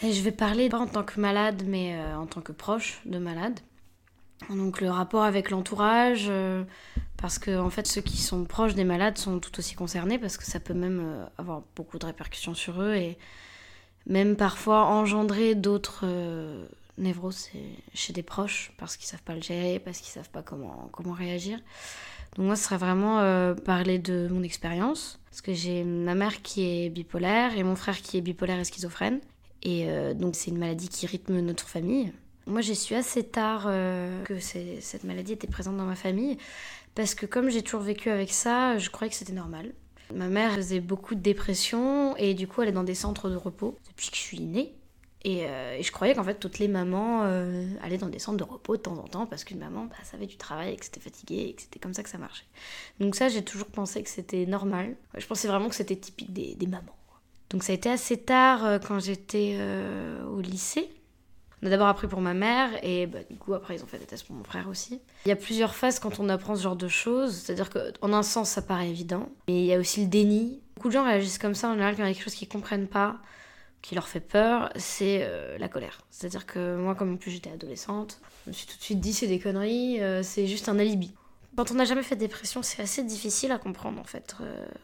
Et je vais parler pas en tant que malade, mais en tant que proche de malade. Donc le rapport avec l'entourage, parce que en fait ceux qui sont proches des malades sont tout aussi concernés, parce que ça peut même avoir beaucoup de répercussions sur eux et même parfois engendrer d'autres névroses chez des proches, parce qu'ils savent pas le gérer, parce qu'ils savent pas comment réagir. Donc moi ce serait vraiment parler de mon expérience, parce que j'ai ma mère qui est bipolaire et mon frère qui est bipolaire et schizophrène. Et donc c'est une maladie qui rythme notre famille. Moi j'ai su assez tard que cette maladie était présente dans ma famille, parce que comme j'ai toujours vécu avec ça, je croyais que c'était normal. Ma mère faisait beaucoup de dépression et du coup elle est dans des centres de repos depuis que je suis née. Et je croyais qu'en fait toutes les mamans allaient dans des centres de repos de temps en temps parce qu'une maman ça avait du travail et que c'était fatiguée et que c'était comme ça que ça marchait. Donc ça j'ai toujours pensé que c'était normal. Je pensais vraiment que c'était typique des mamans. Donc ça a été assez tard quand j'étais au lycée. On a d'abord appris pour ma mère et du coup après ils ont fait des tests pour mon frère aussi. Il y a plusieurs phases quand on apprend ce genre de choses, c'est-à-dire qu'en un sens ça paraît évident, mais il y a aussi le déni. Beaucoup de gens réagissent comme ça en général quand il y a quelque chose qu'ils comprennent pas, qui leur fait peur, c'est la colère. C'est-à-dire que moi comme en plus j'étais adolescente, je me suis tout de suite dit c'est des conneries, c'est juste un alibi. Quand on n'a jamais fait de dépression c'est assez difficile à comprendre en fait.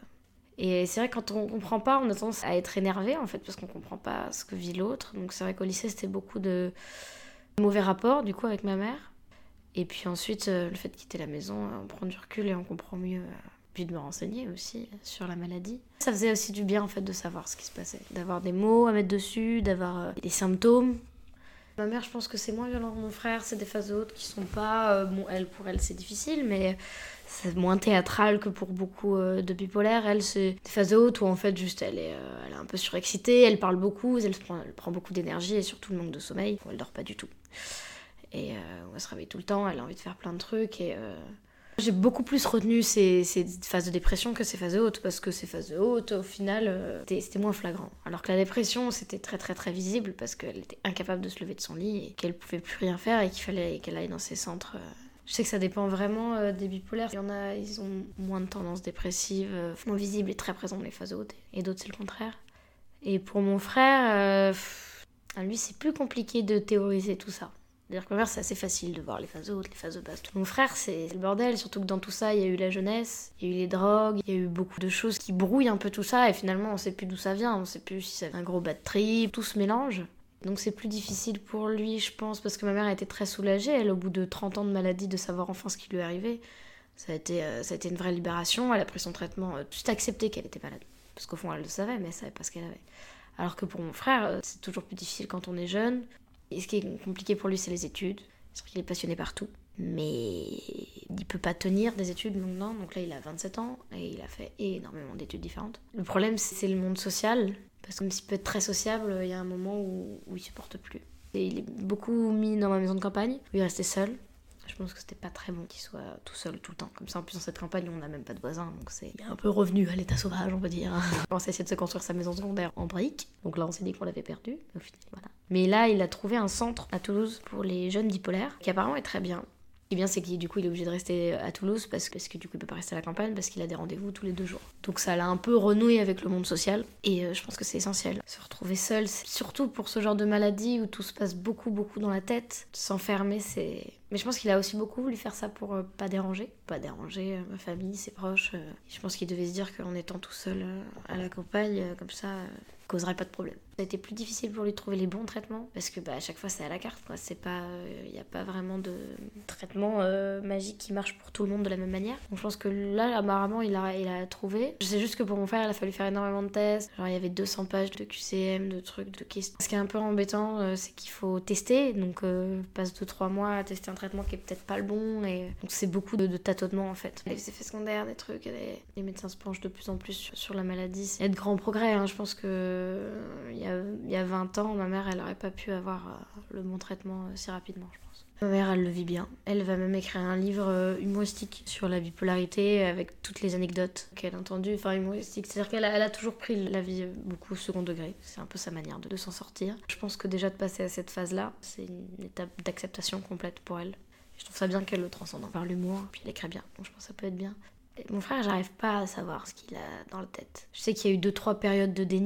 Et c'est vrai que quand on comprend pas, on a tendance à être énervé en fait parce qu'on comprend pas ce que vit l'autre. Donc c'est vrai qu'au lycée c'était beaucoup de mauvais rapports du coup avec ma mère. Et puis ensuite le fait de quitter la maison, on prend du recul et on comprend mieux. Puis de me renseigner aussi sur la maladie. Ça faisait aussi du bien en fait de savoir ce qui se passait, d'avoir des mots à mettre dessus, d'avoir des symptômes. Ma mère, je pense que c'est moins violent que mon frère, c'est des phases hautes qui sont pas... pour elle c'est difficile, mais c'est moins théâtral que pour beaucoup de bipolaires. Elle, c'est des phases hautes où en fait juste elle est un peu surexcitée, elle parle beaucoup, elle prend beaucoup d'énergie et surtout le manque de sommeil. Elle dort pas du tout. Et elle se réveille tout le temps, elle a envie de faire plein de trucs et... J'ai beaucoup plus retenu ces phases de dépression que ces phases hautes, parce que ces phases hautes, au final, c'était moins flagrant. Alors que la dépression, c'était très très très visible, parce qu'elle était incapable de se lever de son lit, et qu'elle pouvait plus rien faire, et qu'il fallait qu'elle aille dans ces centres. Je sais que ça dépend vraiment des bipolaires. Il y en a, ils ont moins de tendances dépressives, moins visibles et très présents dans les phases hautes, et d'autres c'est le contraire. Et pour mon frère, lui c'est plus compliqué de théoriser tout ça. C'est-à-dire que ma mère, c'est assez facile de voir les phases hautes, les phases basses. Mon frère, c'est le bordel, surtout que dans tout ça, il y a eu la jeunesse, il y a eu les drogues, il y a eu beaucoup de choses qui brouillent un peu tout ça, et finalement, on sait plus d'où ça vient, on sait plus si c'est un gros bad trip, tout se mélange. Donc c'est plus difficile pour lui, je pense, parce que ma mère a été très soulagée, elle, au bout de 30 ans de maladie, de savoir enfin ce qui lui est arrivé. Ça a été une vraie libération, elle a pris son traitement, juste accepté qu'elle était malade. Parce qu'au fond, elle le savait, mais elle savait pas ce qu'elle avait. Alors que pour mon frère, c'est toujours plus difficile quand on est jeune. Et ce qui est compliqué pour lui, c'est les études. C'est vrai qu'il est passionné par tout. Mais il peut pas tenir des études longtemps. Donc là, il a 27 ans et il a fait énormément d'études différentes. Le problème, c'est le monde social. Parce que même s'il peut être très sociable, il y a un moment où il supporte plus. Et il est beaucoup mis dans ma maison de campagne, où il restait seul. Je pense que c'était pas très bon qu'il soit tout seul tout le temps. Comme ça, en plus, dans cette campagne, on n'a même pas de voisins. Donc il est un peu revenu à l'état sauvage, on va dire. On s'est essayé de se construire sa maison secondaire en briques. Donc là, on s'est dit qu'on l'avait perdu. Au final, voilà. Mais là, il a trouvé un centre à Toulouse pour les jeunes bipolaires, qui apparemment est très bien. Ce qui est bien, c'est qu'il du coup, il est obligé de rester à Toulouse parce que du coup, il peut pas rester à la campagne parce qu'il a des rendez-vous tous les 2 jours. Donc ça l'a un peu renoué avec le monde social et je pense que c'est essentiel. Se retrouver seul, surtout pour ce genre de maladie où tout se passe beaucoup dans la tête. S'enfermer, c'est... Mais je pense qu'il a aussi beaucoup voulu faire ça pour pas déranger. Pas déranger ma famille, ses proches. Je pense qu'il devait se dire qu'en étant tout seul à la campagne, comme ça, causerait pas de problème. Ça a été plus difficile pour lui de trouver les bons traitements parce que à chaque fois c'est à la carte, quoi. C'est pas, y a pas vraiment de traitement magique qui marche pour tout le monde de la même manière. Donc je pense que là apparemment il a trouvé. Je sais juste que pour mon frère il a fallu faire énormément de tests. Genre il y avait 200 pages de QCM, de trucs, de questions. Ce qui est un peu embêtant c'est qu'il faut tester. Donc passe 2-3 mois à tester un traitement qui est peut-être pas le bon et donc c'est beaucoup de tâtonnements en fait. Les effets secondaires, des trucs, les médecins se penchent de plus en plus sur la maladie. Il y a de grands progrès, hein. Je pense que il y a 20 ans, ma mère, elle aurait pas pu avoir le bon traitement si rapidement, je pense. Ma mère, elle le vit bien. Elle va même écrire un livre humoristique sur la bipolarité avec toutes les anecdotes qu'elle a entendues. Enfin, humoristique, c'est-à-dire qu'elle a toujours pris la vie beaucoup au second degré. C'est un peu sa manière de s'en sortir. Je pense que déjà de passer à cette phase-là, c'est une étape d'acceptation complète pour elle. Je trouve ça bien qu'elle le transcende par l'humour, puis elle écrit bien, donc je pense que ça peut être bien. Et mon frère, j'arrive pas à savoir ce qu'il a dans la tête. Je sais qu'il y a eu 2-3 périodes de déni,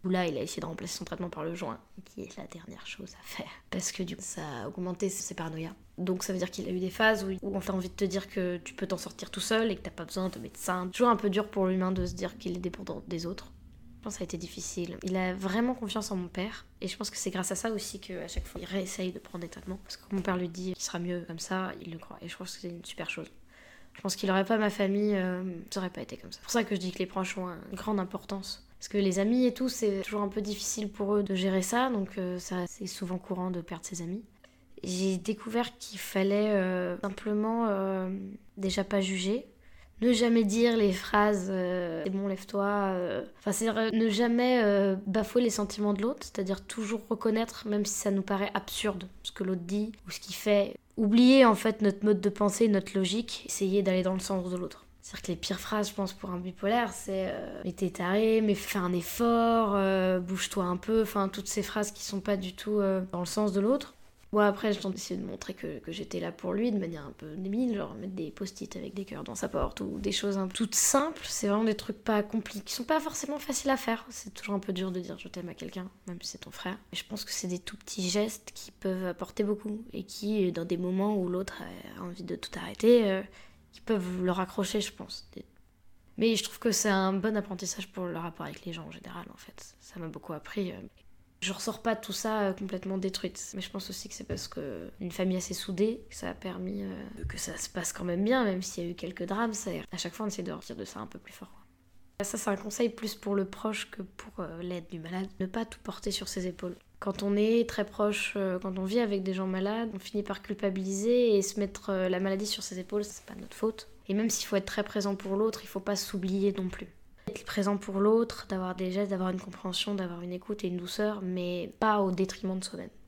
Où là, il a essayé de remplacer son traitement par le joint, qui est la dernière chose à faire. Parce que du coup, ça a augmenté ses paranoïas. Donc ça veut dire qu'il a eu des phases où on a envie de te dire que tu peux t'en sortir tout seul et que t'as pas besoin de médecin. Toujours un peu dur pour l'humain de se dire qu'il est dépendant des autres. Je pense que ça a été difficile. Il a vraiment confiance en mon père. Et je pense que c'est grâce à ça aussi qu'à chaque fois, il réessaye de prendre des traitements. Parce que quand mon père lui dit qu'il sera mieux comme ça, il le croit. Et je pense que c'est une super chose. Je pense qu'il n'aurait pas ma famille, ça aurait pas été comme ça. C'est pour ça que je dis que les proches ont une grande importance. Parce que les amis et tout, c'est toujours un peu difficile pour eux de gérer ça. Donc ça, c'est souvent courant de perdre ses amis. J'ai découvert qu'il fallait simplement déjà pas juger. Ne jamais dire les phrases c'est bon, lève-toi. Enfin, c'est-à-dire ne jamais bafouer les sentiments de l'autre, c'est-à-dire toujours reconnaître, même si ça nous paraît absurde, ce que l'autre dit ou ce qu'il fait. Oublier en fait notre mode de pensée, notre logique, essayer d'aller dans le sens de l'autre. C'est-à-dire que les pires phrases, je pense, pour un bipolaire, c'est mais t'es taré, mais fais un effort, bouge-toi un peu, enfin toutes ces phrases qui sont pas du tout dans le sens de l'autre. Bon, après, j'ai essayé de montrer que j'étais là pour lui de manière un peu débile, genre mettre des post-it avec des cœurs dans sa porte ou des choses un peu toutes simples. C'est vraiment des trucs pas compliqués, qui sont pas forcément faciles à faire. C'est toujours un peu dur de dire je t'aime à quelqu'un, même si c'est ton frère. Et je pense que c'est des tout petits gestes qui peuvent apporter beaucoup et qui, dans des moments où l'autre a envie de tout arrêter, qui peuvent le raccrocher, je pense. Mais je trouve que c'est un bon apprentissage pour le rapport avec les gens en général, en fait. Ça m'a beaucoup appris. Je ressors pas de tout ça complètement détruite. Mais je pense aussi que c'est parce qu'une famille assez soudée, que ça a permis que ça se passe quand même bien, même s'il y a eu quelques drames. À chaque fois, on essaie de sortir de ça un peu plus fort. Ça, c'est un conseil plus pour le proche que pour l'aide du malade. Ne pas tout porter sur ses épaules. Quand on est très proche, quand on vit avec des gens malades, on finit par culpabiliser et se mettre la maladie sur ses épaules, c'est pas notre faute. Et même s'il faut être très présent pour l'autre, il faut pas s'oublier non plus. Être présent pour l'autre, d'avoir des gestes, d'avoir une compréhension, d'avoir une écoute et une douceur, mais pas au détriment de soi-même.